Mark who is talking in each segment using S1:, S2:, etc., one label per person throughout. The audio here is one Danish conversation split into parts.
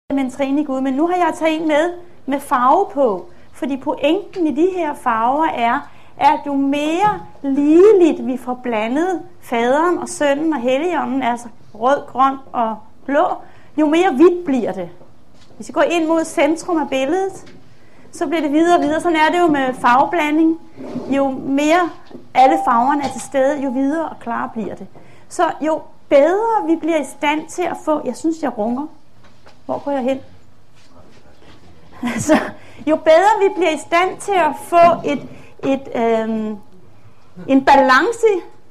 S1: med en treenig Gud, men nu har jeg taget en med farve på. Fordi pointen i de her farver er, at jo mere ligeligt vi får blandet faderen og sønnen og helligånden, altså rød, grøn og blå, jo mere hvidt bliver det. Hvis vi går ind mod centrum af billedet, så bliver det videre og videre. Sådan er det jo med farveblanding. Jo mere alle farverne er til stede, jo videre og klarere bliver det. Så jo bedre vi bliver i stand til at få... Jeg synes, jeg runger. Hvor går jeg hen? Altså, jo bedre vi bliver i stand til at få en balance.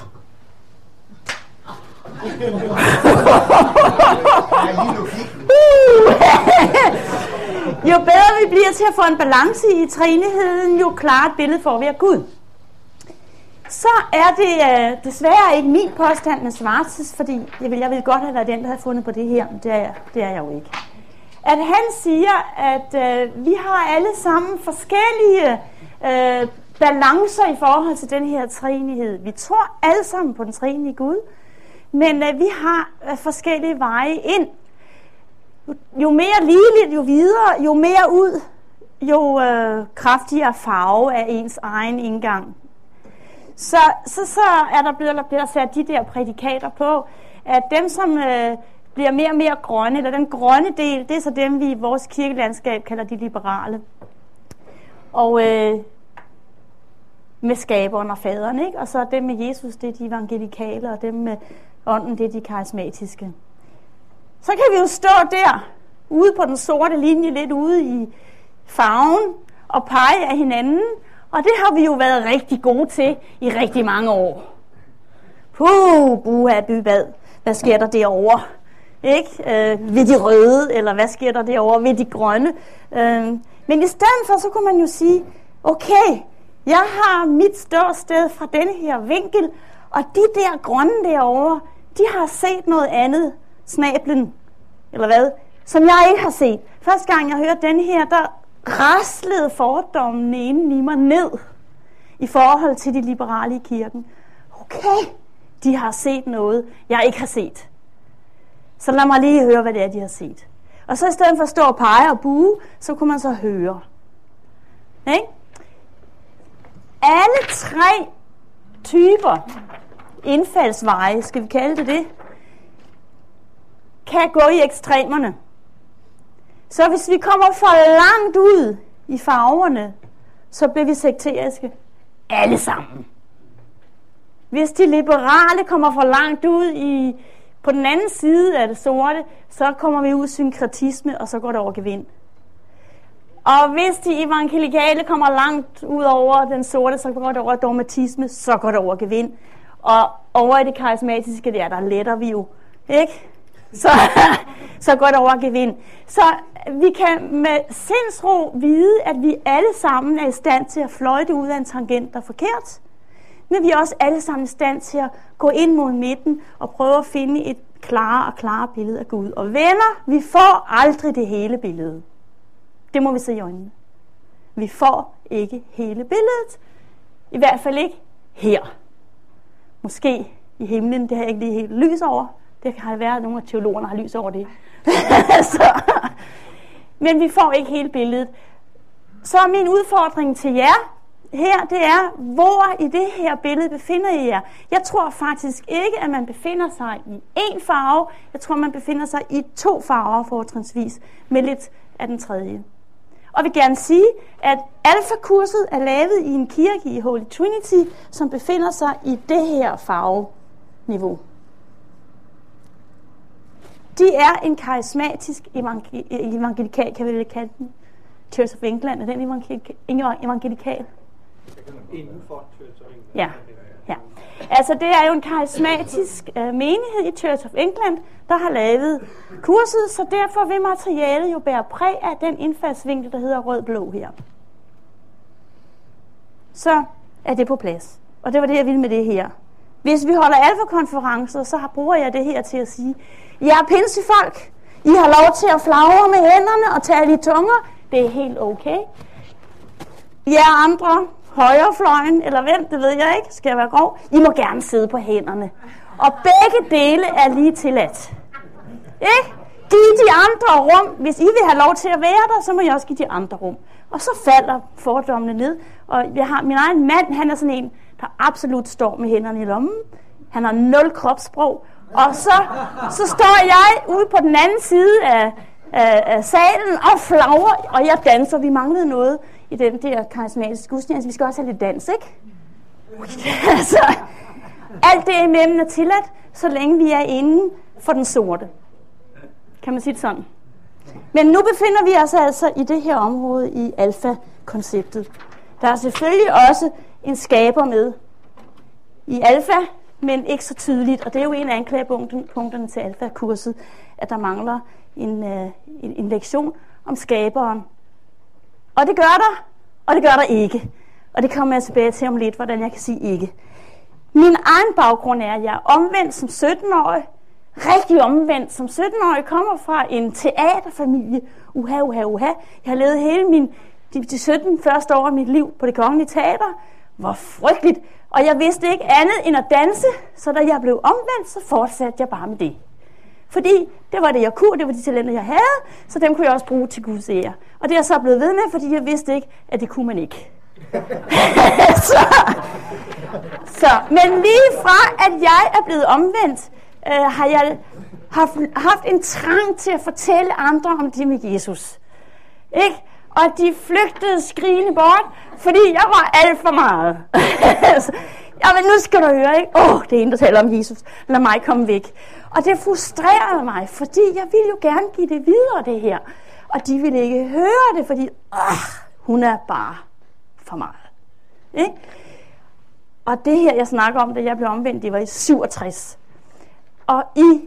S1: Jo bedre vi bliver til at få en balance i treenigheden, jo klarere et billede får vi af Gud. Så er det desværre ikke min påstand med Schwartz, fordi jeg ville godt have været den, der havde fundet på det her, men det er jeg jo ikke. At han siger, at vi har alle sammen forskellige balancer i forhold til den her treenighed. Vi tror alle sammen på den treenige Gud, men vi har forskellige veje ind. Jo mere ligeligt, jo videre, jo mere ud, jo kraftigere farve af ens egen indgang. Så er der blevet sat de der prædikater på, at dem, som bliver mere og mere grønne, eller den grønne del, det er så dem, vi i vores kirkelandskab kalder de liberale. Og med skaberen og faderen, ikke? Og så dem med Jesus, det er de evangelikale, og dem med ånden, det er de karismatiske. Så kan vi jo stå der, ude på den sorte linje, lidt ude i farven, og pege af hinanden, og det har vi jo været rigtig gode til i rigtig mange år. Buha, bybad. Hvad sker der derovre? Ikke? Ved de røde, eller hvad sker der derovre ved de grønne? Men i stedet for, så kunne man jo sige, okay, jeg har mit ståsted fra denne her vinkel, og de der grønne derovre, de har set noget andet, snablen, eller hvad, som jeg ikke har set. Første gang jeg hørte den her, der raslede fordommen inden i mig ned i forhold til de liberale i kirken. Okay, de har set noget, jeg ikke har set. Så lad mig lige høre, hvad det er, de har set. Og så i stedet for at stå og pege og buge, så kunne man så høre. Okay? Alle tre typer indfaldsveje, skal vi kalde det, kan gå i ekstremerne. Så hvis vi kommer for langt ud i farverne, så bliver vi sekteriske. Alle sammen. Hvis de liberale kommer for langt ud på den anden side af det sorte, så kommer vi ud i synkretisme, og så går det over gevind. Og hvis de evangelikale kommer langt ud over den sorte, så går det over dogmatisme, så går det over gevind. Og over i det karismatiske, der letter vi jo, ikke? Så går det over gevind. Så vi kan med sindsro vide, at vi alle sammen er i stand til at fløjte ud af en tangent, der er forkert. Men vi er også alle sammen i stand til at gå ind mod midten og prøve at finde et klarere billede af Gud. Og venner, vi får aldrig det hele billede. Det må vi se i øjnene. Vi får ikke hele billedet. I hvert fald ikke her. Måske i himlen, det har jeg ikke lige helt lys over. Det har været, at nogle af teologerne har lys over det. Men vi får ikke hele billedet. Så min udfordring til jer her, det er, hvor i det her billede befinder I jer? Jeg tror faktisk ikke, at man befinder sig i én farve. Jeg tror, man befinder sig i 2 farver fortrinsvis, med lidt af den tredje. Og vil gerne sige, at alfakurset er lavet i en kirke i Holy Trinity, som befinder sig i det her farveniveau. De er en karismatisk evangelikal, kan vi kalde den. Church of England, er den evangelikal?
S2: Inden for Church of England.
S1: Ja. Altså det er jo en karismatisk menighed i Church of England, der har lavet kurset, så derfor vil materialet jo bære præg af den indfaldsvinkel, der hedder rød-blå her. Så er det på plads. Og det var det, jeg ville med det her. Hvis vi holder alfa-konferencer, så bruger jeg det her til at sige, I er pinsefolk, I har lov til at flagre med hænderne og tale i tunger, det er helt okay. Jer andre, højrefløjen, eller hvem, det ved jeg ikke, skal jeg være grov, I må gerne sidde på hænderne. Og begge dele er lige tilladt. Ikke? Giv de andre rum. Hvis I vil have lov til at være der, så må jeg også give de andre rum. Og så falder fordommene ned. Og jeg har min egen mand, han er sådan en, der absolut står med hænderne i lommen. Han har 0 kropssprog. Og så står jeg ude på den anden side af salen og flagrer, og jeg danser. Vi manglede noget i den der karismatiske gudstjeneste. Vi skal også have lidt dans, ikke? Altså, alt det imellem er tilladt, så længe vi er inden for den sorte. Kan man sige det sådan? Men nu befinder vi os altså i det her område i alfa-konceptet. Der er selvfølgelig også en skaber med i alfa, men ikke så tydeligt. Og det er jo en af anklagepunkterne til alfa-kurset, at der mangler en lektion om skaberen. Og det gør der, og det gør der ikke. Og det kommer jeg tilbage til om lidt, hvordan jeg kan sige ikke. Min egen baggrund er, at jeg er omvendt som 17-årig. Rigtig omvendt som 17-årig. Kommer fra en teaterfamilie. Uha. Jeg har levet hele de 17 første år af mit liv på Det Kongelige Teater. Hvor frygteligt. Og jeg vidste ikke andet end at danse. Så da jeg blev omvendt, så fortsatte jeg bare med det. Fordi det var det, jeg kunne, det var de talenter, jeg havde. Så dem kunne jeg også bruge til Guds ære. Og det er jeg så blevet ved med, fordi jeg vidste ikke, at det kunne man ikke. Men lige fra, at jeg er blevet omvendt, har jeg haft en trang til at fortælle andre om det med Jesus. Ikke? Og de flygtede skrigende bort, fordi jeg var alt for meget. Men nu skal du høre, ikke? Det er en, der taler om Jesus. Lad mig komme væk. Og det frustrerede mig, fordi jeg ville jo gerne give det videre, det her. Og de ville ikke høre det, fordi hun er bare for meget. Ikke? Og det her, jeg snakker om, da jeg blev omvendt, det var i 67. Og i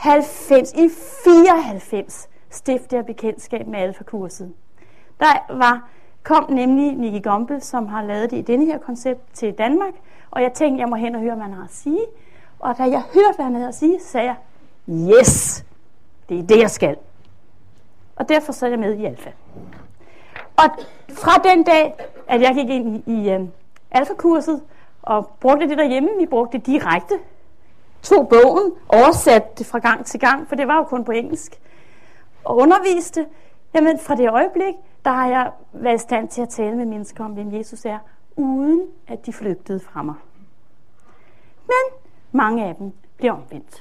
S1: 94 stiftede jeg bekendtskab med alfa-kurset. Der kom nemlig Nicky Gumbel, som har lavet det i denne her koncept til Danmark, og jeg tænkte, jeg må hen og høre, hvad han har at sige. Og da jeg hørte, hvad han havde at sige, så sagde jeg, yes, det er det, jeg skal. Og derfor så er jeg med i alfa. Og fra den dag, at jeg gik ind i alfa-kurset og brugte det derhjemme, vi brugte det direkte, tog bogen, oversatte det fra gang til gang, for det var jo kun på engelsk, og underviste. Jamen fra det øjeblik, der har jeg været i stand til at tale med mennesker om, hvem Jesus er, uden at de flygtede fra mig. Men mange af dem bliver omvendt.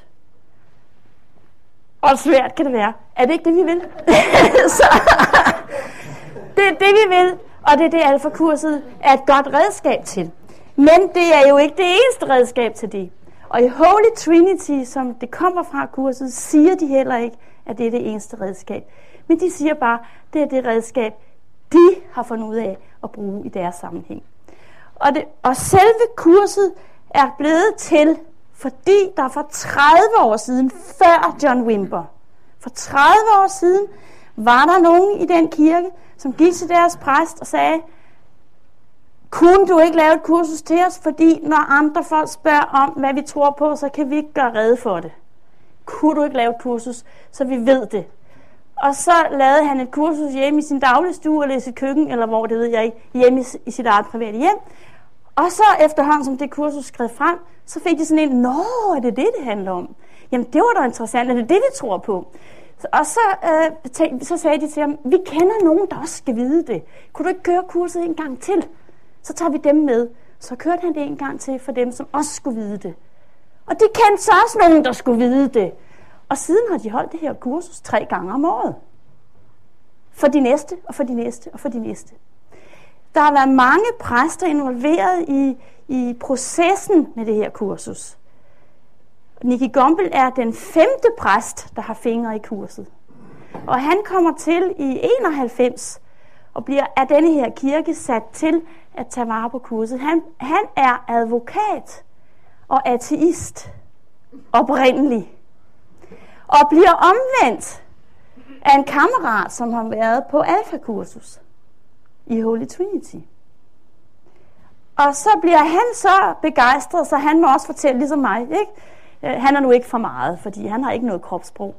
S1: Og svært kan det være. Er det ikke det, vi vil? Så, det er det, vi vil, og det er det, alfa-kurset er et godt redskab til. Men det er jo ikke det eneste redskab til det. Og i Holy Trinity, som det kommer fra kurset, siger de heller ikke, at det er det eneste redskab. Men de siger bare, at det er det redskab, de har fundet ud af at bruge i deres sammenhæng. Og selve kurset er blevet til, fordi der for 30 år siden, før John Wimber, for 30 år siden, var der nogen i den kirke, som gik til deres præst og sagde, kunne du ikke lave et kursus til os, fordi når andre folk spørger om, hvad vi tror på, så kan vi ikke gøre rede for det. Kunne du ikke lave et kursus, så vi ved det? Og så lavede han et kursus hjemme i sin dagligstue, eller i sit køkken, eller hvor det ved jeg ikke, hjemme i sit eget private hjem. Og så efterhånden, som det kursus skred frem, så fik de sådan en, er det det handler om? Jamen det var da interessant, er det det, vi tror på? Og så sagde de til ham, vi kender nogen, der også skal vide det. Kunne du ikke køre kurset en gang til? Så tager vi dem med. Så kørte han det en gang til for dem, som også skulle vide det. Og de kendte så også nogen, der skulle vide det. Og siden har de holdt det her kursus 3 gange om året. For de næste, og for de næste, og for de næste. Der har været mange præster involveret i processen med det her kursus. Nicky Gumbel er den 5. præst, der har fingre i kurset. Og han kommer til i 91 og bliver af denne her kirke sat til at tage vare på kurset. Han er advokat og ateist oprindelig. Og bliver omvendt af en kammerat, som har været på alfa-kursus i Holy Trinity. Og så bliver han så begejstret, så han må også fortælle ligesom mig, ikke? Han er nu ikke for meget, fordi han har ikke noget kropssprog.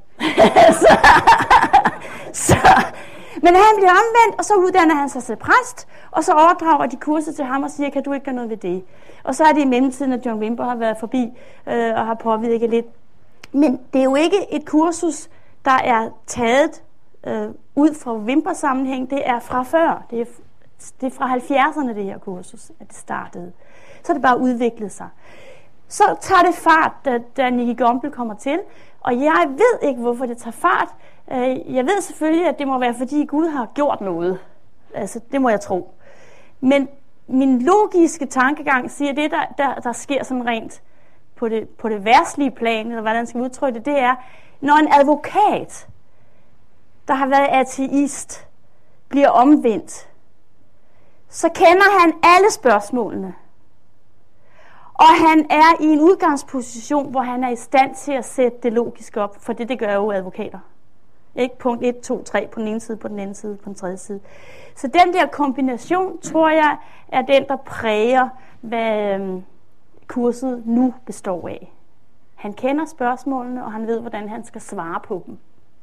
S1: Men han bliver omvendt, og så uddanner han sig til præst, og så overdrager de kurser til ham og siger, kan du ikke gøre noget ved det? Og så er det i mellemtiden, at John Wimber har været forbi og har påvirket lidt. Men det er jo ikke et kursus, der er taget ud fra Wimper-sammenhæng, det er fra før. Det er fra 70'erne, det her kursus, at det startede. Så er det bare udviklet sig. Så tager det fart, da Nicky Gumbel kommer til, og jeg ved ikke, hvorfor det tager fart. Jeg ved selvfølgelig, at det må være, fordi Gud har gjort noget. Altså, det må jeg tro. Men min logiske tankegang siger, at det, der sker sådan rent på det verdslige plan, eller hvordan man skal udtrykke det er, når en advokat, der har været ateist, bliver omvendt, så kender han alle spørgsmålene. Og han er i en udgangsposition, hvor han er i stand til at sætte det logisk op, for det gør jo advokater. Ikke? Punkt 1, 2, 3 på den ene side, på den anden side, på den tredje side. Så den der kombination, tror jeg, er den, der præger, hvad kurset nu består af. Han kender spørgsmålene, og han ved, hvordan han skal svare på dem.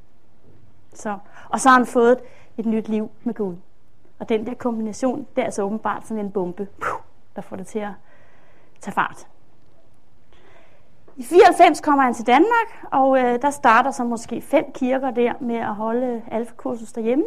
S1: Og så har han fået et nyt liv med Gud. Og den der kombination, det er altså åbenbart sådan en bombe, der får det til at tage fart. I 94 kommer han til Danmark, og der starter så måske 5 kirker der med at holde alfakursus derhjemme.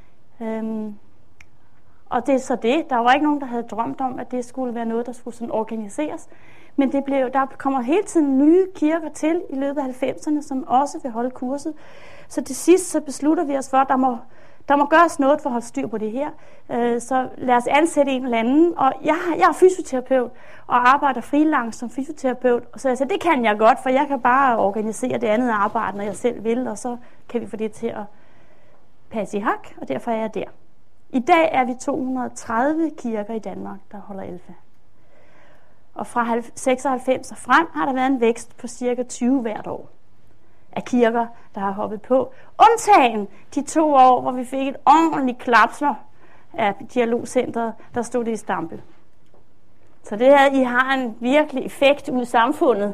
S1: Og det er så det. Der var ikke nogen, der havde drømt om, at det skulle være noget, der skulle sådan organiseres. Men der kommer hele tiden nye kirker til i løbet af 90'erne, som også vil holde kurset. Så til sidst så beslutter vi os for, at der må gøres noget for at holde styr på det her. Så lad os ansætte en eller anden. Og jeg er fysioterapeut og arbejder freelance som fysioterapeut. Så jeg sagde, det kan jeg godt, for jeg kan bare organisere det andet arbejde, når jeg selv vil. Og så kan vi få det til at passe i hak, og derfor er jeg der. I dag er vi 230 kirker i Danmark, der holder alfa. Og fra 96 og frem har der været en vækst på cirka 20 hvert år af kirker, der har hoppet på. Undtagen de 2 år, hvor vi fik et ordentligt klapsler af Dialogcentret, der stod det i stampe. Så det her, I har en virkelig effekt ud i samfundet.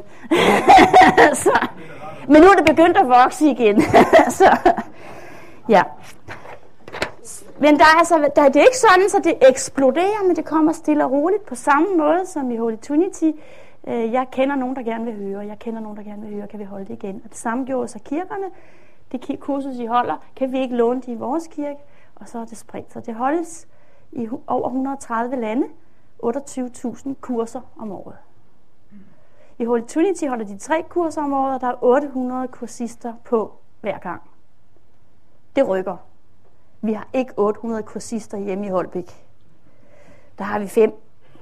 S1: Men nu er det begyndt at vokse igen. Så, ja. Men det er ikke sådan, så det eksploderer, men det kommer stille og roligt på samme måde som i Holy Trinity. Jeg kender nogen, der gerne vil høre, kan vi holde det igen. Og det samme gjorde så kirkerne. Det kursus, I holder, kan vi ikke låne det i vores kirke, og så er det spredt. Så det holdes i over 130 lande, 28.000 kurser om året. I Holy Trinity holder de 3 kurser om året, og der er 800 kursister på hver gang. Det rykker. Vi har ikke 800 kursister hjemme i Holbæk. Der har vi 5.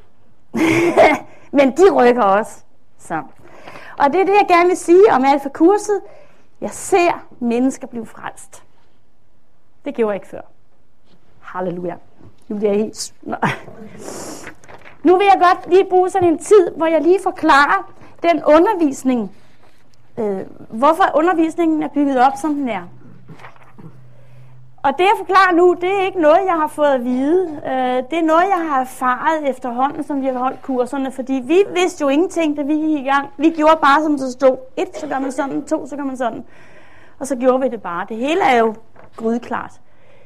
S1: Men de rykker også. Så. Og det er det, jeg gerne vil sige om alfa-kurset. Jeg ser mennesker blive frelst. Det gjorde jeg ikke før. Halleluja. Nu bliver jeg helt... Nu vil jeg godt lige bruge sådan en tid, hvor jeg lige forklarer den undervisning. Hvorfor undervisningen er bygget op, som den er. Og det, jeg forklarer nu, det er ikke noget, jeg har fået at vide. Det er noget, jeg har erfaret efterhånden, som vi har holdt kurserne. Fordi vi vidste jo ingenting, da vi gik i gang. Vi gjorde bare, som det stod. 1, så gør man sådan. 2, så gør man sådan. Og så gjorde vi det bare. Det hele er jo grydeklart.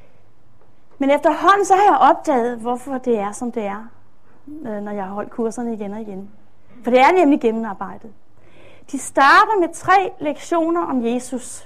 S1: Men efterhånden så har jeg opdaget, hvorfor det er, som det er, når jeg har holdt kurserne igen og igen. For det er nemlig gennemarbejdet. De starter med 3 lektioner om Jesus.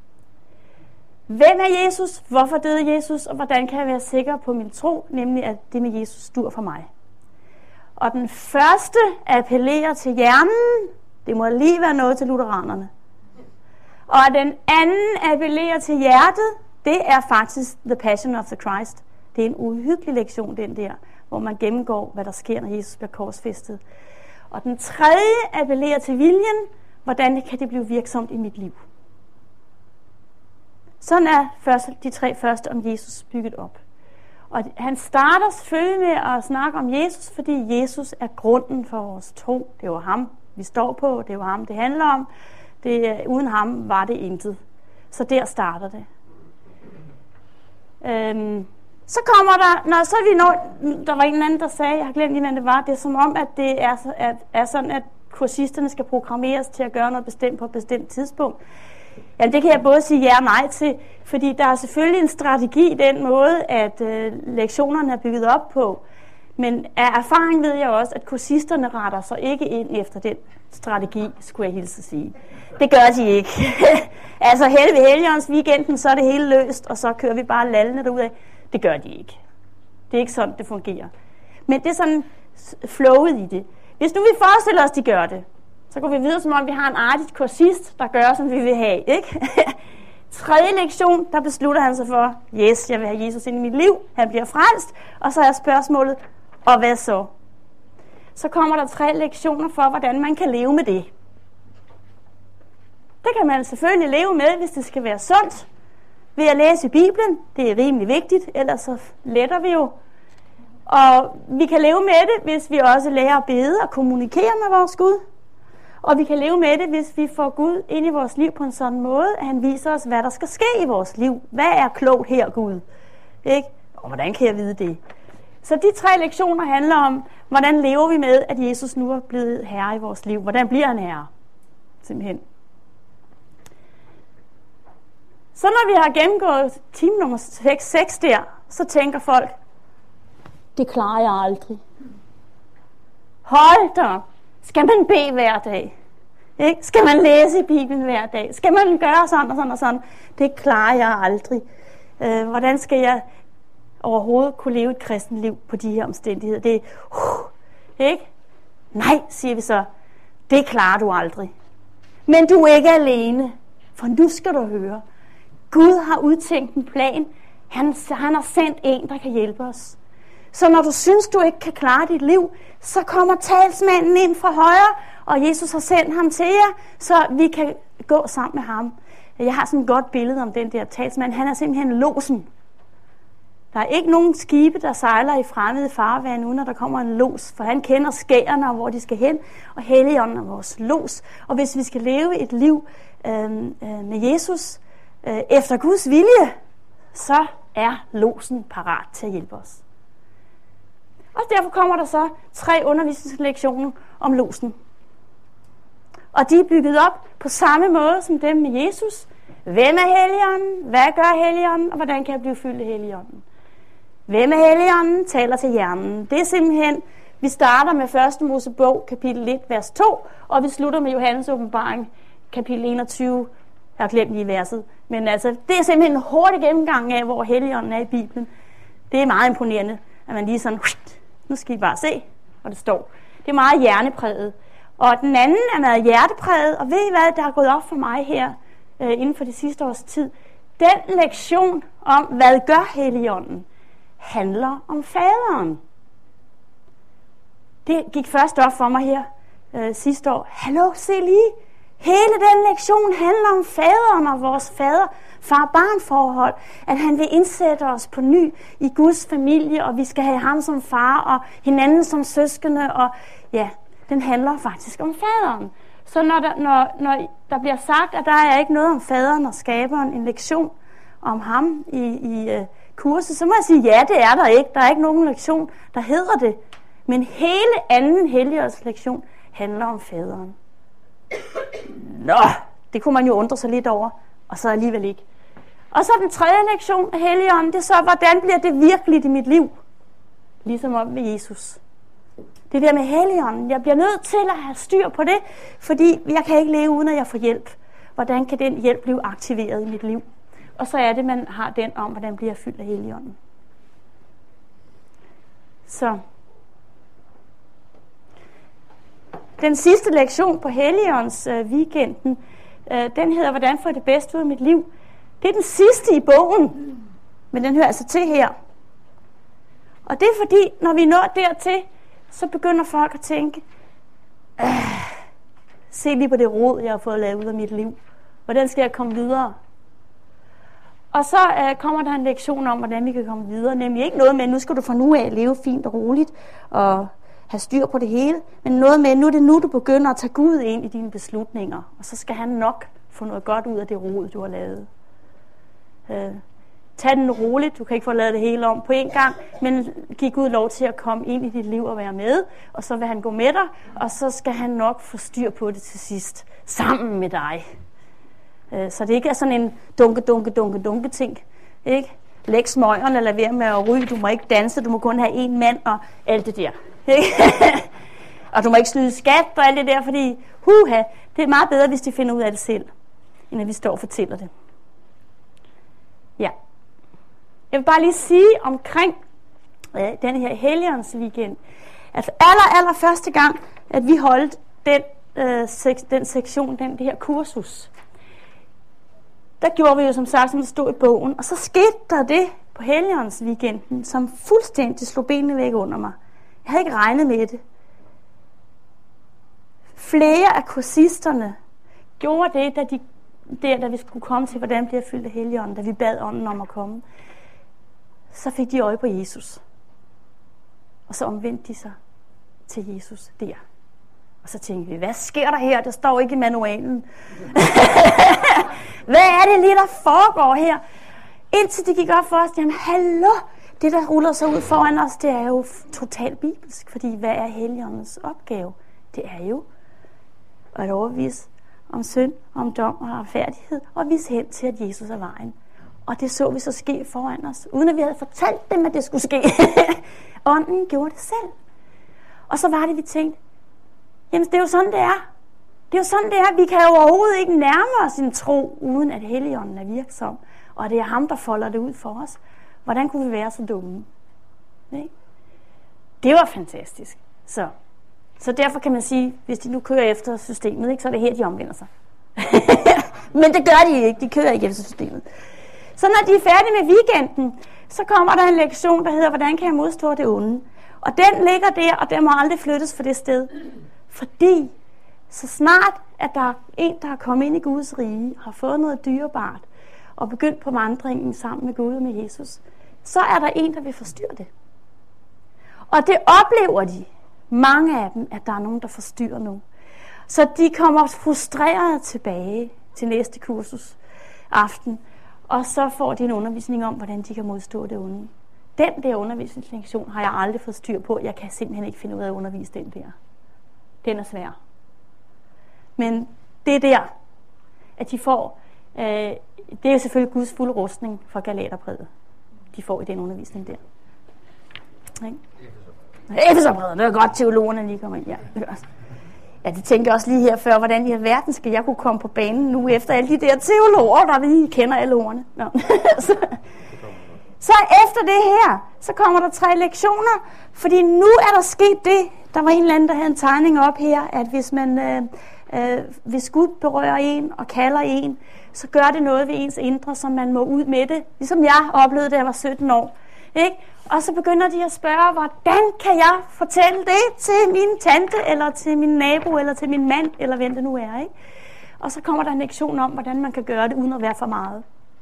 S1: Hvem er Jesus? Hvorfor døde Jesus? Og hvordan kan jeg være sikker på min tro? Nemlig, at det med Jesus dur for mig. Og den første appellerer til hjernen. Det må lige være noget til lutheranerne. Og den anden appellerer til hjertet. Det er faktisk The Passion of the Christ. Det er en uhyggelig lektion, den der, hvor man gennemgår, hvad der sker, når Jesus bliver korsfæstet. Og den tredje appellerer til viljen. Hvordan kan det blive virksomt i mit liv? Sådan er de 3 første om Jesus bygget op. Og han starter selvfølgelig med at snakke om Jesus, fordi Jesus er grunden for vores tro. Det er jo ham, vi står på. Det er jo ham, det handler om. Uden ham var det intet. Så der starter det. Så kommer der var en anden, der sagde, jeg har glemt, hvordan det var, det er som om, at det er sådan, at kursisterne skal programmeres til at gøre noget bestemt på et bestemt tidspunkt. Jamen, det kan jeg både sige ja og nej til, fordi der er selvfølgelig en strategi i den måde, at lektionerne er bygget op på. Men af erfaring ved jeg også, at kursisterne retter sig ikke ind efter den strategi, skulle jeg hilse at sige. Det gør de ikke. Altså ved Helligåndens weekenden, så er det hele løst, og så kører vi bare lallende derudad. Det gør de ikke. Det er ikke sådan, det fungerer. Men det er sådan flowet i det. Hvis nu vi forestiller os, de gør det, så går vi videre, som om vi har en artig kursist, der gør, som vi vil have. Ikke? 3. lektion, der beslutter han sig for, yes, jeg vil have Jesus ind i mit liv. Han bliver frelst. Og så er spørgsmålet, og hvad så? Så kommer der 3 lektioner for, hvordan man kan leve med det. Det kan man selvfølgelig leve med, hvis det skal være sundt. Ved at læse i Bibelen, det er rimelig vigtigt, ellers så letter vi jo. Og vi kan leve med det, hvis vi også lærer at bede og kommunikere med vores Gud. Og vi kan leve med det, hvis vi får Gud ind i vores liv på en sådan måde, at han viser os, hvad der skal ske i vores liv. Hvad er klogt her, Gud? Ikke? Og hvordan kan jeg vide det? Så de 3 lektioner handler om, hvordan lever vi med, at Jesus nu er blevet herre i vores liv. Hvordan bliver han herre? Simpelthen. Så når vi har gennemgået time nummer 6 der, så tænker folk, det klarer jeg aldrig. Hold da! Skal man bede hver dag? Ikke? Skal man læse i Bibelen hver dag? Skal man gøre sådan og sådan og sådan? Det klarer jeg aldrig. Hvordan skal jeg overhovedet kunne leve et kristent liv på de her omstændigheder? Det er, ikke? Nej, siger vi så. Det klarer du aldrig. Men du er ikke alene. For nu skal du høre. Gud har udtænkt en plan. Han har sendt en, der kan hjælpe os. Så når du synes, du ikke kan klare dit liv, så kommer talsmanden ind fra højre, og Jesus har sendt ham til jer, så vi kan gå sammen med ham. Jeg har sådan et godt billede om den der talsmand. Han er simpelthen lodsen. Der er ikke nogen skibe, der sejler i fremmede farvand, uden at der kommer en los, for han kender skærene og hvor de skal hen, og Helligånden er vores los. Og hvis vi skal leve et liv med Jesus efter Guds vilje, så er lodsen parat til at hjælpe os. Og derfor kommer der så 3 undervisningslektioner om lodsen. Og de er bygget op på samme måde som dem med Jesus. Hvem er Helligånden? Hvad gør Helligånden? Og hvordan kan jeg blive fyldt af Helligånden? Hvem er Helligånden? Taler til hjernen. Det er simpelthen, vi starter med 1. Mosebog, kapitel 1, vers 2, og vi slutter med Johannes åbenbaring, kapitel 21. Jeg har glemt lige verset. Men altså, det er simpelthen en hurtig gennemgang af, hvor Helligånden er i Bibelen. Det er meget imponerende, at man lige sådan, nu skal I bare se, hvor det står. Det er meget hjernepræget. Og den anden er meget hjertepræget, og ved I hvad, der er gået op for mig her, inden for det sidste års tid. Den lektion om, hvad gør Helligånden, handler om faderen. Det gik først op for mig her sidste år. Hallo, se lige. Hele den lektion handler om faderen og vores far-barn-forhold. At han vil indsætte os på ny i Guds familie, og vi skal have ham som far og hinanden som søskende. Og ja, den handler faktisk om faderen. Så når der bliver sagt, at der er ikke noget om faderen og skaberen, en lektion om ham i kurset, så må jeg sige, ja, det er der ikke. Der er ikke nogen lektion, der hedder det. Men hele anden Helligåndslektion handler om faderen. Nå, det kunne man jo undre sig lidt over, og så alligevel ikke. Og så den 3. lektion af Helligånden, det er så, hvordan bliver det virkeligt i mit liv? Ligesom om med Jesus. Det der med Helligånden, jeg bliver nødt til at have styr på det, fordi jeg kan ikke leve uden at jeg får hjælp. Hvordan kan den hjælp blive aktiveret i mit liv? Og så er det, man har den om, hvordan bliver jeg fyldt af Helligånden. Så den sidste lektion på Helligåndens weekenden, den hedder, hvordan får jeg det bedste ud af mit liv? Det er den sidste i bogen, men den hører altså til her. Og det er fordi, når vi når dertil, så begynder folk at tænke, se lige på det rod, jeg har fået lavet ud af mit liv. Hvordan skal jeg komme videre? Og så kommer der en lektion om, hvordan vi kan komme videre. Nemlig ikke noget med, nu skal du fra nu af leve fint og roligt og have styr på det hele. Men noget med, nu er det nu, du begynder at tage Gud ind i dine beslutninger. Og så skal han nok få noget godt ud af det rod, du har lavet. Tag den roligt. Du kan ikke få lavet det hele om på en gang. Men giv Gud lov til at komme ind i dit liv og være med. Og så vil han gå med dig. Og så skal han nok få styr på det til sidst. Sammen med dig. Så det ikke er sådan en dunke ting. Ikke? læg smøgerne, lad være med at ryge, du må ikke danse, du må kun have en mand og alt det der. Og du må ikke snyde skat og alt det der, fordi det er meget bedre, hvis de finder ud af det selv, end at vi står og fortæller det. Ja. Jeg vil bare lige sige omkring den her Helligåndens weekend, at aller første gang, at vi holdt den sektion, det her kursus, der gjorde vi jo som sagt, som det stod i bogen, og så skete der det på Helligåndens weekenden, som fuldstændig slog benene væk under mig. Jeg havde ikke regnet med det. Flere af kursisterne gjorde det, da vi skulle komme til, hvordan bliver jeg fyldt af Helligånden, da vi bad ånden om at komme. Så fik de øje på Jesus. Og så omvendte de sig til Jesus der. Og så tænkte vi, hvad sker der her? Det står ikke i manualen. Hvad er det lige, der foregår her? Indtil de gik op for os, jamen hallo, det der ruller sig ud foran os, det er jo totalt bibelsk. Fordi hvad er Helligåndens opgave? Det er jo at overvise om synd, om dom og retfærdighed, og vise hen til, at Jesus er vejen. Og det så vi så ske foran os, uden at vi havde fortalt dem, at det skulle ske. Ånden gjorde det selv. Og så var det, vi tænkte, jamen det er jo sådan, det er. Det er jo sådan, det er. Vi kan jo overhovedet ikke nærme os en tro, uden at Helligånden er virksom. Og det er ham, der folder det ud for os. Hvordan kunne vi være så dumme? Nej? Det var fantastisk. Så derfor kan man sige, hvis de nu kører efter systemet, ikke, så er det her, de omvender sig. Men det gør de ikke. De kører ikke efter systemet. Så når de er færdige med weekenden, så kommer der en lektion, der hedder, hvordan kan jeg modstå det onde? Og den ligger der, og den må aldrig flyttes fra det sted. Fordi så snart, at der er en, der er kommet ind i Guds rige, har fået noget dyrebart, og begyndt på vandringen sammen med Gud og med Jesus, så er der en, der vil forstyrre det. Og det oplever de, mange af dem, at der er nogen, der forstyrrer nu. Så de kommer frustreret tilbage til næste kursus aften, og så får de en undervisning om, hvordan de kan modstå det onde. Den der undervisningslektion har jeg aldrig fået styr på. Jeg kan simpelthen ikke finde ud af at undervise den der. Den er svær. Men det er der, at de får, det er jo selvfølgelig Guds fulde rustning fra Galaterbrevet, de får i den undervisning der. Ikke? Efeserbrevet, det er godt, teologerne lige kommer ind. Ja, det tænker jeg også lige her før, hvordan i alverden skal jeg kunne komme på banen nu efter alle de der teologer, der lige kender alle ordene. Så efter det her, så kommer der 3 lektioner, fordi nu er der sket det. Der var en eller anden, der havde en tegning op her, at hvis Gud berører en og kalder en, så gør det noget ved ens indre, så man må ud med det. Ligesom jeg oplevede, da jeg var 17 år. Ikke? Og så begynder de at spørge, hvordan kan jeg fortælle det til min tante, eller til min nabo, eller til min mand, eller hvem det nu er. Ikke? Og så kommer der en lektion om, hvordan man kan gøre det, uden at være for meget.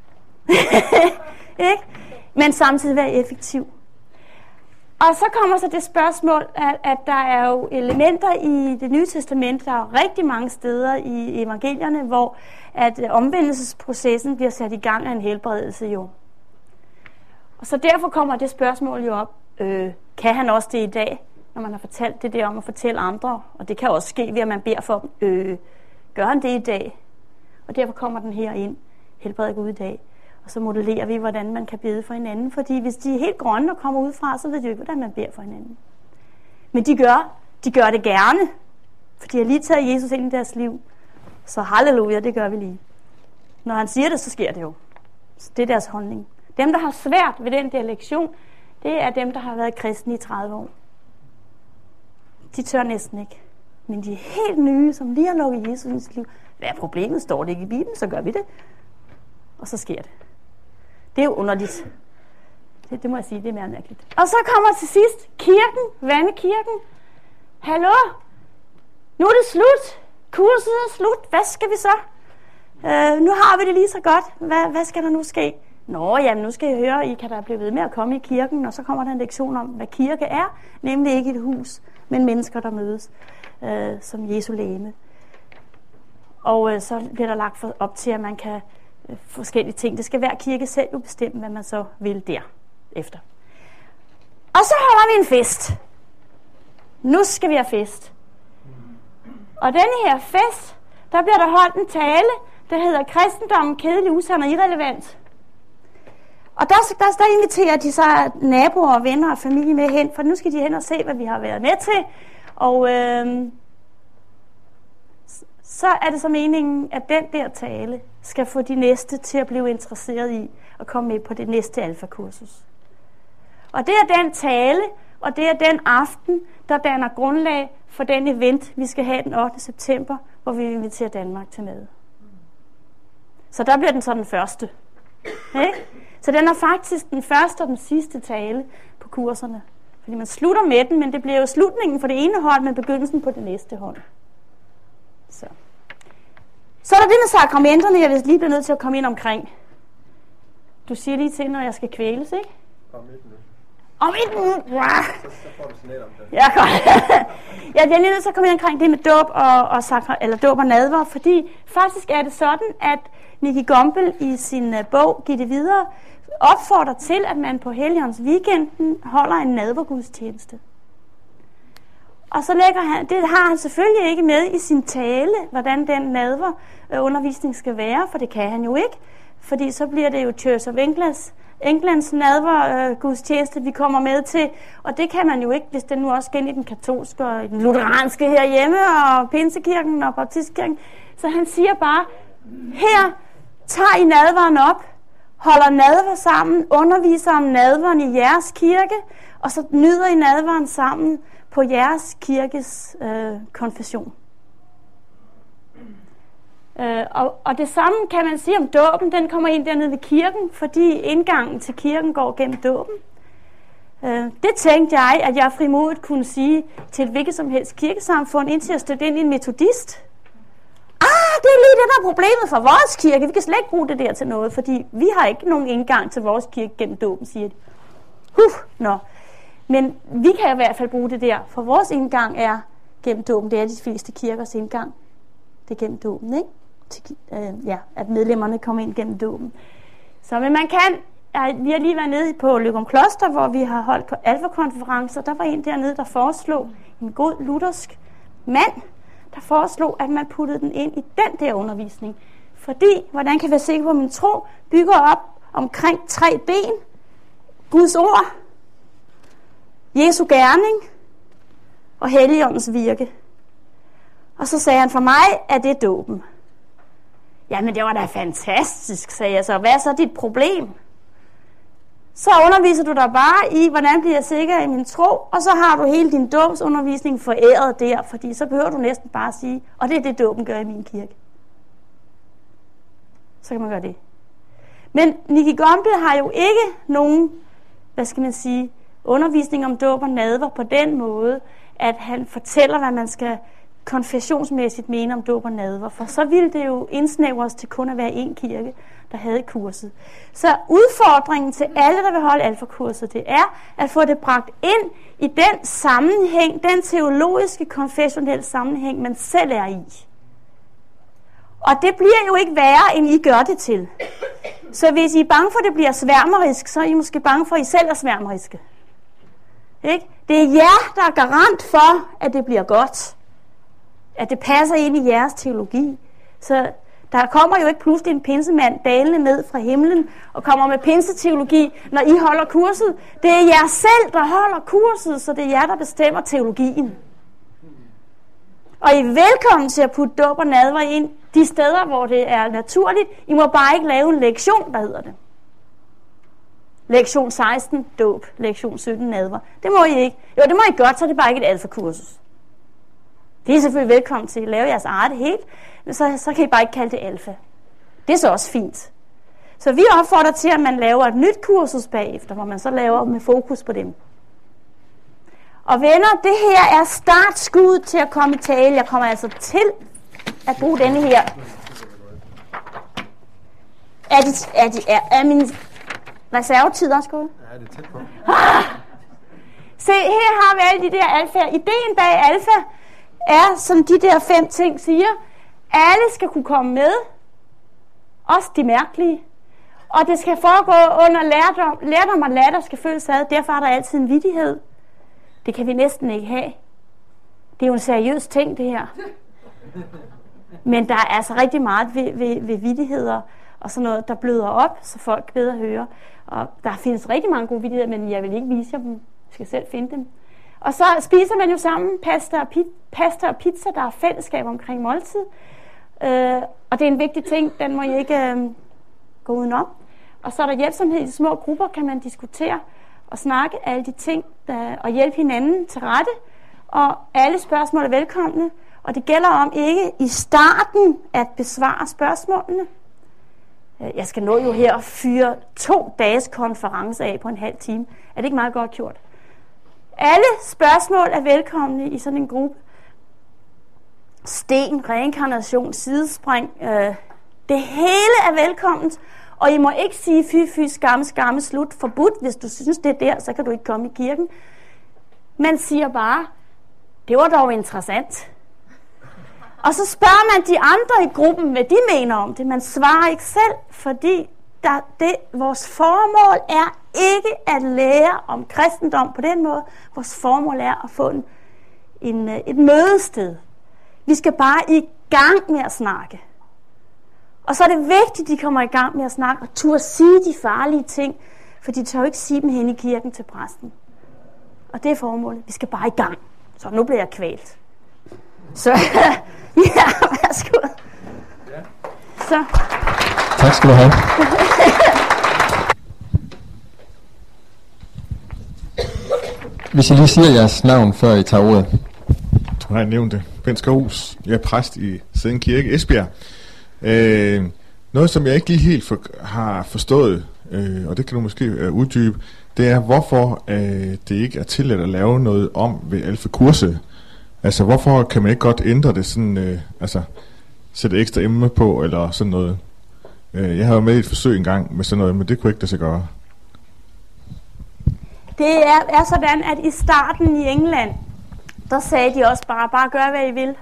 S1: Ikke? Men samtidig være effektiv. Og så kommer så det spørgsmål, at der er jo elementer i Det Nye Testamente, der er rigtig mange steder i evangelierne, hvor at omvendelsesprocessen bliver sat i gang af en helbredelse jo. Og så derfor kommer det spørgsmål jo op, kan han også det i dag, når man har fortalt det der om at fortælle andre, og det kan også ske ved, at man beder for dem, gør han det i dag? Og derfor kommer den her ind, helbred Gud i dag. Og så modellerer vi, hvordan man kan bede for hinanden, fordi hvis de er helt grønne og kommer ud fra, så ved de jo ikke, hvordan man beder for hinanden. Men de gør det gerne, for de har lige taget Jesus ind i deres liv. Så halleluja, det gør vi lige. Når han siger det, så sker det jo. Så det er deres holdning. Dem, der har svært ved den der lektion, det er dem, der har været kristne i 30 år. De tør næsten ikke. Men de er helt nye, som lige har lukket Jesus i sit liv. Hvad er problemet? Står det ikke i Bibelen, så gør vi det. Og så sker det. Det er jo underligt. Det må jeg sige, det er mere mærkeligt. Og så kommer til sidst kirken. Hvad med kirken? Hallo? Nu er det slut. Kurset er slut. Hvad skal vi så? Nu har vi det lige så godt. Hvad skal der nu ske? Nå, jamen nu skal I høre, I kan da blive ved med at komme i kirken, og så kommer der en lektion om, hvad kirke er. Nemlig ikke et hus, men mennesker, der mødes som Jesu legeme. Og så bliver der lagt op til, at man kan forskellige ting. Det skal hver kirke selv jo bestemme, hvad man så vil derefter. Og så holder vi en fest. Nu skal vi have fest. Og denne her fest, der bliver der holdt en tale, der hedder Kristendommen kedelig, usand og irrelevant. Og der inviterer de så naboer og venner og familie med hen, for nu skal de hen og se, hvad vi har været med til. Og så er det så meningen, at den der tale skal få de næste til at blive interesseret i at komme med på det næste alfakursus. Og det er den tale, og det er den aften, der danner grundlag for den event, vi skal have den 8. september, hvor vi inviterer Danmark til med. Så der bliver den så den første. Ikke? Så den er faktisk den første og den sidste tale på kurserne. Fordi man slutter med den, men det bliver jo slutningen for det ene hold, men begyndelsen på det næste hold. Så er der det med sakramenterne, jeg vil lige blive nødt til at komme ind omkring. Du siger lige til, når jeg skal kvæles, ikke? Om et minut. Ja. Så får du signal om det. Ja, godt. Jeg bliver lige nødt til at komme ind omkring det med dåb og nadver, fordi faktisk er det sådan, at Nicky Gumbel i sin bog Giv det videre opfordrer til, at man på Helligåndens weekenden holder en nadvergudstjeneste. Og så det har han selvfølgelig ikke med i sin tale, hvordan den nadverundervisning skal være, for det kan han jo ikke. Fordi så bliver det jo Church of Englands nadvergudstjeneste, vi kommer med til. Og det kan man jo ikke, hvis den nu også skal ind i den katolske og den lutheranske herhjemme, og Pinsekirken og Baptistkirken. Så han siger bare, her tager I nadveren op, holder nadver sammen, underviser om nadveren i jeres kirke, og så nyder I nadveren sammen på jeres kirkes konfession. Og det samme kan man sige om dåben. Den kommer ind dernede ved kirken, fordi indgangen til kirken går gennem dåben. Det tænkte jeg, at jeg frimodigt kunne sige til et hvilket som helst kirkesamfund, indtil jeg stødte ind i en metodist. Det er lige det, der er problemet for vores kirke. Vi kan slet ikke bruge det der til noget, fordi vi har ikke nogen indgang til vores kirke gennem dåben, siger de. Men vi kan i hvert fald bruge det der, for vores indgang er gennem dåben. Det er de fleste kirkers indgang. Det er gennem dåben, ikke? At medlemmerne kommer ind gennem dåben. Så men man kan, vi har lige været nede på Løgum Kloster, hvor vi har holdt på alfakonferencer. Der var en dernede, der foreslog, en god luthersk mand, der foreslog, at man puttede den ind i den der undervisning. Fordi, hvordan kan vi være sikre på, at min tro bygger op omkring 3 ben? Guds ord, Jesu gerning og Helligåndens virke. Og så sagde han, for mig er det dåben. Jamen det var da fantastisk, sagde jeg så. Hvad er så dit problem? Så underviser du dig bare i, hvordan bliver jeg sikker i min tro, og så har du hele din dåbsundervisning foræret der, fordi så behøver du næsten bare at sige, og det er det dåben gør i min kirke. Så kan man gøre det. Men Nicky Gumbel har jo ikke nogen, undervisning om dåb og nadver på den måde, at han fortæller, hvad man skal konfessionsmæssigt mene om dåb og nadver, for så ville det jo indsnævres til kun at være én kirke, der havde kurset. Så udfordringen til alle, der vil holde alfakurset, det er at få det bragt ind i den sammenhæng, den teologiske, konfessionelle sammenhæng, man selv er i. Og det bliver jo ikke værre, end I gør det til. Så hvis I er bange for, at det bliver sværmerisk, så er I måske bange for, at I selv er sværmeriske. Ikke? Det er jer, der er garant for, at det bliver godt. At det passer ind i jeres teologi. Så der kommer jo ikke pludselig en pinsemand dalende ned fra himlen og kommer med pinseteologi, når I holder kurset. Det er jer selv, der holder kurset, så det er jer, der bestemmer teologien. Og I er velkommen til at putte dåb og nadver ind de steder, hvor det er naturligt. I må bare ikke lave en lektion, der hedder det. Lektion 16, dåb. Lektion 17, nadver. Det må I ikke. Jo, det må I godt, så er det bare ikke et alfakursus. Det er selvfølgelig velkommen til at lave jeres eget helt, men så kan I bare ikke kalde det alfa. Det er så også fint. Så vi opfordrer til, at man laver et nyt kursus bagefter, hvor man så laver med fokus på dem. Og venner, det her er startskuddet til at komme i tale. Jeg kommer altså til at bruge denne her. Er min reservetid også gået?
S2: Ja, det er tæt på.
S1: Se, her har vi alle de der alfaer. Ideen bag alfa er, som de der 5 ting siger, alle skal kunne komme med, også de mærkelige, og det skal foregå under lærdom og latter skal føles ad, derfor er der altid en vittighed. Det kan vi næsten ikke have. Det er jo en seriøs ting, det her. Men der er altså rigtig meget ved vittigheder, og sådan noget, der bløder op, så folk bedre hører. Og der findes rigtig mange gode vittigheder, men jeg vil ikke vise jer dem. Jeg skal selv finde dem. Og så spiser man jo sammen pasta og pizza, der er fællesskab omkring måltid. Og det er en vigtig ting, den må I ikke gå udenom. Og så er der hjælpsomhed i små grupper, kan man diskutere og snakke alle de ting, og hjælpe hinanden til rette. Og alle spørgsmål er velkomne. Og det gælder om ikke i starten at besvare spørgsmålene. Jeg skal nå jo her at fyre 2 dages konference af på en halv time. Er det ikke meget godt gjort? Alle spørgsmål er velkomne i sådan en gruppe. Sten, reinkarnation, sidespring. Det hele er velkomment. Og I må ikke sige fy, skamme, slut, forbudt. Hvis du synes, det er der, så kan du ikke komme i kirken. Man siger bare, det var dog interessant. Og så spørger man de andre i gruppen, hvad de mener om det. Man svarer ikke selv, fordi vores formål er ikke at lære om kristendom på den måde. Vores formål er at få et mødested. Vi skal bare i gang med at snakke. Og så er det vigtigt, at de kommer i gang med at snakke og turde sige de farlige ting, for de tør jo ikke sige dem hen i kirken til præsten. Og det er formålet. Vi skal bare i gang. Så nu bliver jeg kvalt. Så ja, værsgo. Ja. Så.
S3: Tak skal du have. Hvis I lige siger jeres navn, før I tager ordet.
S4: Du har nævnt det. Bent Skovhus. Jeg er præst i Sæden Kirke, Esbjerg. Noget, som jeg ikke lige helt har forstået, og det kan du måske uddybe, det er, hvorfor det ikke er tilladt at lave noget om ved alfakurset. Altså, hvorfor kan man ikke godt ændre det sådan, sætte ekstra emne på, eller sådan noget? Jeg har jo med i et forsøg engang med sådan noget, men det kunne ikke lade sig gøre.
S1: Det er sådan, at i starten i England, der sagde de også bare gør, hvad I vil.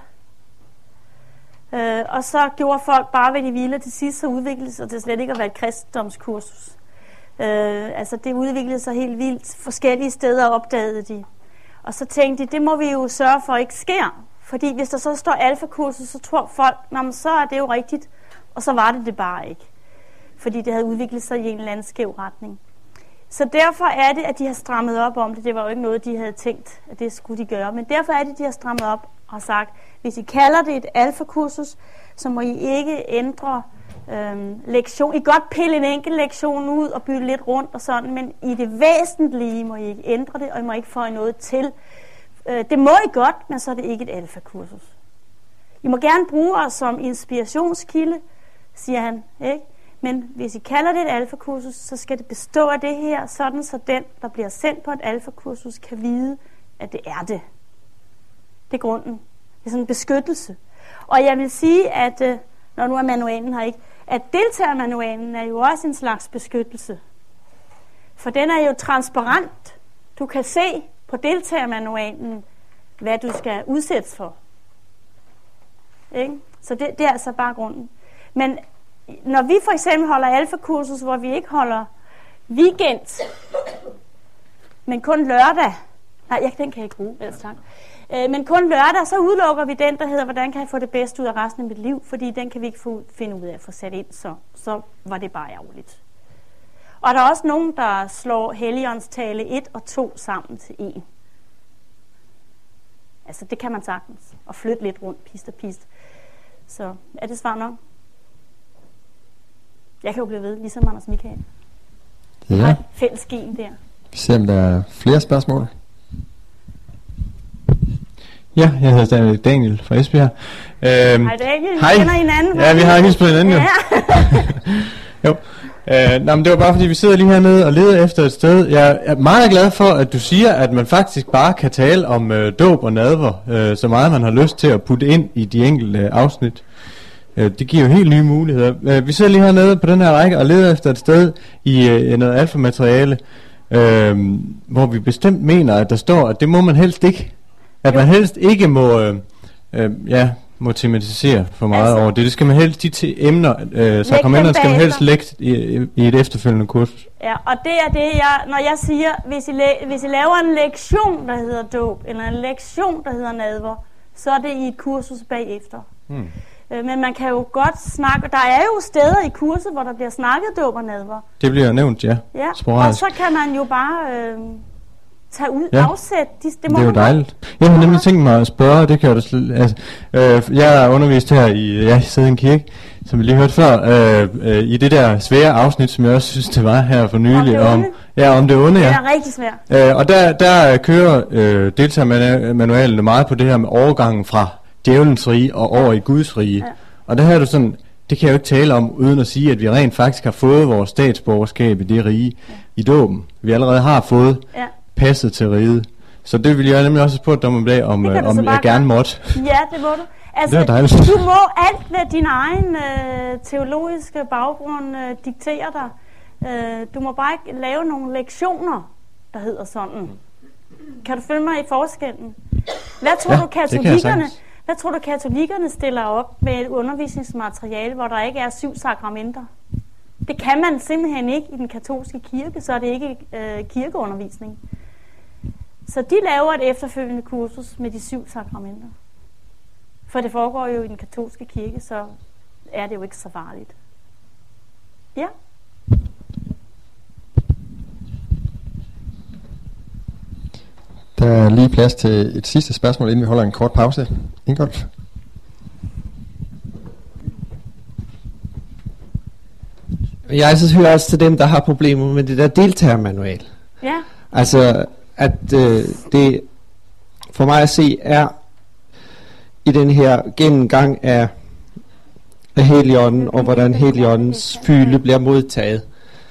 S1: Og så gjorde folk bare, hvad de ville, og til sidst så udviklede det sig til slet ikke at være et kristendomskursus. Det udviklede sig helt vildt. Forskellige steder opdagede de. Og så tænkte de, det må vi jo sørge for ikke sker. Fordi hvis der så står alfakursus, så tror folk, så er det jo rigtigt. Og så var det bare ikke. Fordi det havde udviklet sig i en eller anden skæv retning. Så derfor er det, at de har strammet op om det. Det var jo ikke noget, de havde tænkt, at det skulle de gøre. Men derfor er det, de har strammet op og har sagt, hvis I kalder det et alfakursus, så må I ikke ændre lektion. I kan godt pille en enkelt lektion ud og bytte lidt rundt og sådan, men i det væsentlige må I ikke ændre det, og I må ikke få noget til. Det må I godt, men så er det ikke et alfakursus. I må gerne bruge os som inspirationskilde, siger han, ikke? Men hvis I kalder det et alfakursus, så skal det bestå af det her, sådan så den, der bliver sendt på et alfakursus, kan vide, at det er det. Det er grunden. Det er sådan en beskyttelse. Og jeg vil sige, at når nu er manualen her ikke, at deltagermanualen er jo også en slags beskyttelse. For den er jo transparent. Du kan se på deltagermanualen, hvad du skal udsættes for. Ikke? Så det er altså bare grunden. Men når vi for eksempel holder alfakursus, hvor vi ikke holder weekend, men kun lørdag, den kan jeg ikke bruge, ellers tak. Men kun lørdag, så udelukker vi den, der hedder, hvordan kan jeg få det bedste ud af resten af mit liv, fordi den kan vi ikke finde ud af at få sat ind, så var det bare ærgerligt. Og der er også nogen, der slår Helligåndstale 1 og 2 sammen til 1. Altså det kan man sagtens, og flytte lidt rundt, pist og pist. Så er det svar nok? Jeg kan jo blive ved, ligesom Anders Michael.
S3: Ja.
S1: Fælles gen der.
S3: Vi ser, om der er flere spørgsmål.
S5: Ja, jeg hedder Daniel fra Esbjerg.
S1: Hej Daniel, vi kender hinanden.
S5: Ja, vi har hilst på hinanden jo.
S1: Ja.
S5: Jo. Men det var bare fordi vi sidder lige hernede og leder efter et sted. Jeg er meget glad for at du siger at man faktisk bare kan tale om dåb og nadver så meget man har lyst til at putte ind i de enkelte afsnit. Det giver jo helt nye muligheder. Vi sidder lige hernede på den her række og leder efter et sted i noget alfamateriale hvor vi bestemt mener at der står at det må man helst ikke. At man helst ikke må tematisere for meget over det. Det skal man helst, de emner, sakramenter skal man helst lægge i et efterfølgende kursus.
S1: Ja, og det er det, når jeg siger, hvis I laver en lektion, der hedder dåb, eller en lektion, der hedder nadver, så er det i et kursus bagefter. Men man kan jo godt snakke, der er jo steder i kurset, hvor der bliver snakket dåb og nadver.
S5: Det bliver nævnt, ja.
S1: Og så kan man jo bare tage ud, afsæt.
S5: Det er jo dejligt. Jeg har nemlig tænkt mig at spørge, det kan jeg da jeg er undervist her i Sædden Kirke, som vi lige hørte før, i det der svære afsnit, som jeg også synes, det var her for nylig. Om det onde, ja.
S1: Det er rigtig svært.
S5: Og der kører deltagermanualen meget på det her med overgangen fra djævelens rige og over i Guds rige. Ja. Og der er du sådan, det kan jeg jo ikke tale om, uden at sige, at vi rent faktisk har fået vores statsborgerskab i det rige i dåben. Vi allerede har fået passet til riget. Så det vil jeg nemlig også spurgte dig om i dag, om jeg gerne måtte.
S1: Ja, det må du. Altså,
S5: det er dejligt.
S1: Du må alt, hvad din egen teologiske baggrund dikterer dig. Du må bare ikke lave nogle lektioner, der hedder sådan. Kan du følge mig i forskellen? Hvad tror du katolikkerne stiller op med et undervisningsmateriale, hvor der ikke er 7 sakramenter? Det kan man simpelthen ikke i den katolske kirke, så er det ikke kirkeundervisning. Så de laver et efterfølgende kursus med de 7 sakramenter. For det foregår jo i den katolske kirke, så er det jo ikke så farligt. Ja.
S3: Der er lige plads til et sidste spørgsmål, inden vi holder en kort pause. Ingolf?
S6: Jeg hører også til dem, der har problemer med det der deltagermanual.
S1: Ja.
S6: Altså, at det for mig at se er i den her gennemgang af Helligånden, og hvordan Helligåndens fylde bliver modtaget.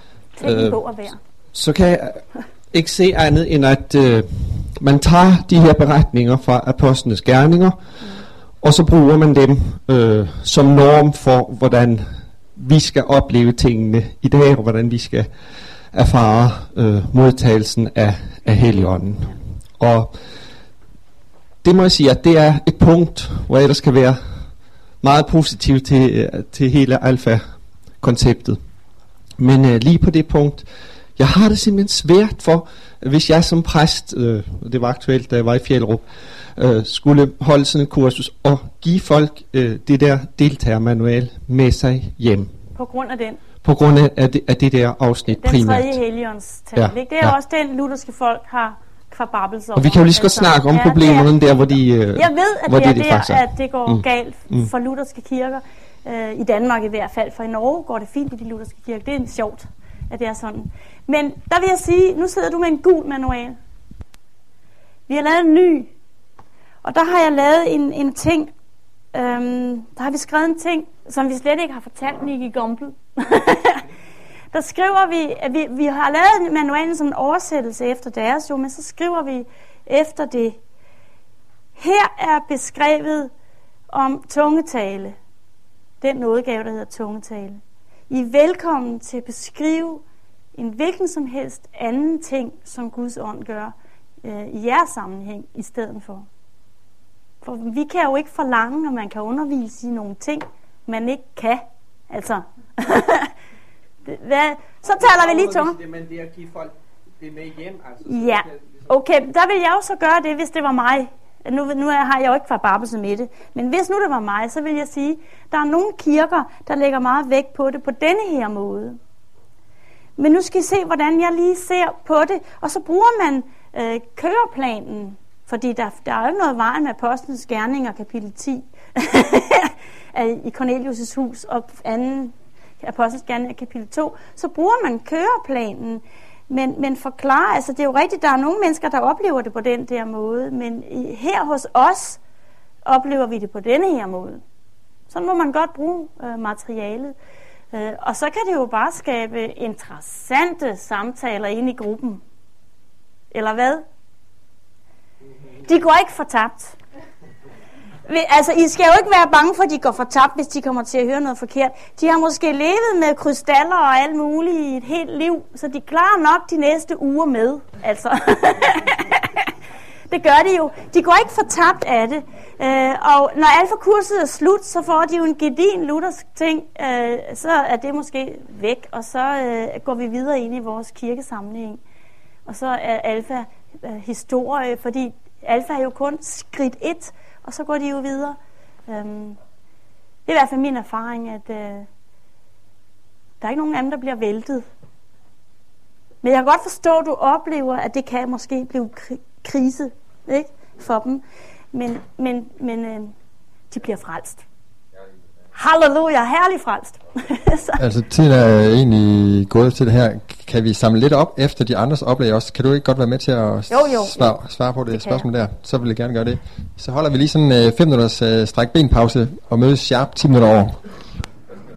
S6: Så kan jeg ikke se andet end, at man tager de her beretninger fra apostlenes gerninger, og så bruger man dem som norm for, hvordan vi skal opleve tingene i dag, og hvordan vi skal erfare modtagelsen af Helligånden. Og det må jeg sige, at det er et punkt, hvor jeg der skal være meget positiv til hele alfa-konceptet. Men lige på det punkt, jeg har det simpelthen svært for, hvis jeg som præst, det var aktuelt, da jeg var i Fjellerup, skulle holde sådan et kursus og give folk det der deltagermanual med sig hjem.
S1: På grund af den?
S6: På grund af det der afsnit
S1: den
S6: primært.
S1: Den tredje helligåndstale. Ja, det er også den lutherske folk har kvabablet sig over.
S6: Og vi kan jo lige så godt snakke om problemerne der, hvor de
S1: jeg ved, at det er der, at det går galt for lutherske kirker. I Danmark i hvert fald. For i Norge går det fint i de lutherske kirker. Det er sjovt, at det er sådan. Men der vil jeg sige, nu sidder du med en gul manual. Vi har lavet en ny. Og der har jeg lavet en ting. Der har vi skrevet en ting, som vi slet ikke har fortalt Nicky Gumbel. Der skriver vi, at vi har lavet manualen som en oversættelse efter deres jo, men så skriver vi efter det. Her er beskrevet om tungetale. Den udgave, der hedder tungetale. I er velkommen til at beskrive en hvilken som helst anden ting, som Guds ånd gør i jeres sammenhæng i stedet for. For vi kan jo ikke forlange, at man kan undervise i nogle ting, man ikke kan. Altså, så taler vi lige tunge.
S6: Men det at give folk det med hjem, altså.
S1: Ja, okay, der vil jeg jo så gøre det, hvis det var mig. Nu har jeg jo ikke forbarbelse med det, men hvis nu det var mig, så vil jeg sige, der er nogle kirker, der lægger meget vægt på det på denne her måde. Men nu skal I se, hvordan jeg lige ser på det, og så bruger man køreplanen, fordi der er jo ikke noget vejen med apostlenes gerninger, kapitel 10, i Cornelius' hus, og anden apostlenes gerninger, kapitel 2, så bruger man køreplanen, men forklare, altså det er jo rigtigt, der er nogle mennesker, der oplever det på den der måde, men her hos os oplever vi det på denne her måde. Så må man godt bruge materialet. Og så kan det jo bare skabe interessante samtaler inde i gruppen. Eller hvad? De går ikke fortabt. Altså, I skal jo ikke være bange for, at de går fortabt, hvis de kommer til at høre noget forkert. De har måske levet med krystaller og alt muligt i et helt liv, så de klarer nok de næste uger med. Altså. Det gør de jo. De går ikke fortabt af det. Og når alfakurset er slut, så får de jo en gedigen luthersk ting. Så er det måske væk, og så går vi videre ind i vores kirkesamling. Og så er alfa historie, fordi alfa er jo kun skridt 1, og så går de jo videre. i hvert fald min erfaring, at der er ikke nogen anden, der bliver væltet. Men jeg kan godt forstå, at du oplever, at det kan måske blive krise, ikke, for dem. Men de bliver frelst. Halleluja, herlig frelst.
S3: Altså tiden er egentlig gået til det her. Kan vi samle lidt op efter de andres oplæg også? Kan du ikke godt være med til at svare på det spørgsmål der? Så vil jeg gerne gøre det. Så holder vi lige sådan 5 minutters stræk benpause og mødes sharp 10 minutter over.